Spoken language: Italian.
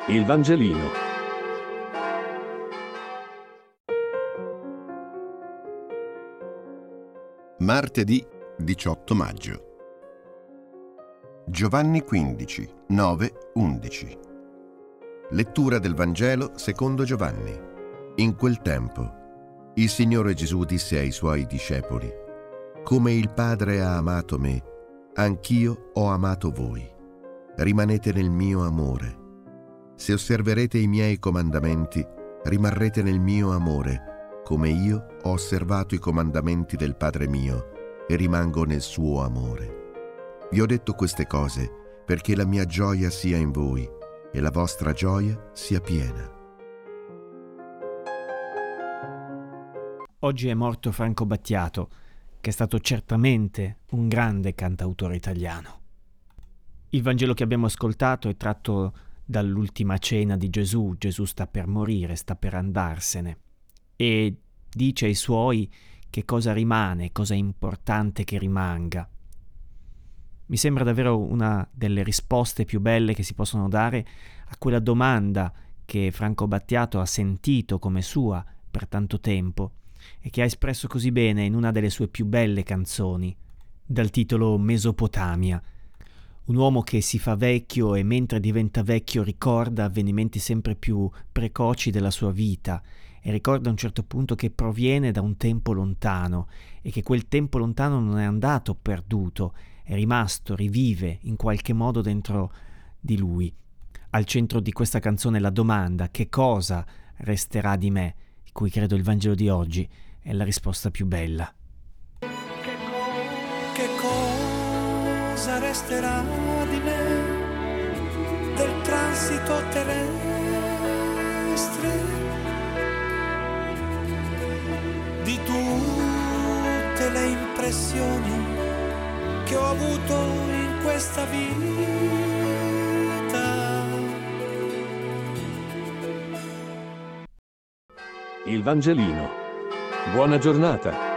Il Vangelino. Martedì 18 maggio. Giovanni 15, 9, 11. Lettura del Vangelo secondo Giovanni. In quel tempo, il Signore Gesù disse ai Suoi discepoli: «Come il Padre ha amato me, anch'io ho amato voi. Rimanete nel mio amore. Se osserverete i miei comandamenti, rimarrete nel mio amore, come io ho osservato i comandamenti del Padre mio e rimango nel suo amore. Vi ho detto queste cose perché la mia gioia sia in voi e la vostra gioia sia piena». Oggi è morto Franco Battiato, che è stato certamente un grande cantautore italiano. Il Vangelo che abbiamo ascoltato è tratto dall'ultima cena di Gesù. Gesù sta per morire, sta per andarsene e dice ai Suoi che cosa rimane, cosa è importante che rimanga. Mi sembra davvero una delle risposte più belle che si possono dare a quella domanda che Franco Battiato ha sentito come sua per tanto tempo e che ha espresso così bene in una delle sue più belle canzoni, dal titolo Mesopotamia. Un uomo che si fa vecchio e mentre diventa vecchio ricorda avvenimenti sempre più precoci della sua vita e ricorda a un certo punto che proviene da un tempo lontano e che quel tempo lontano non è andato perduto, è rimasto, rivive in qualche modo dentro di lui. Al centro di questa canzone la domanda: che cosa resterà di me? Di cui credo il Vangelo di oggi è la risposta più bella. Che cosa resterà di me del transito terrestre, di tutte le impressioni che ho avuto in questa vita? Il Vangelino. Buona giornata.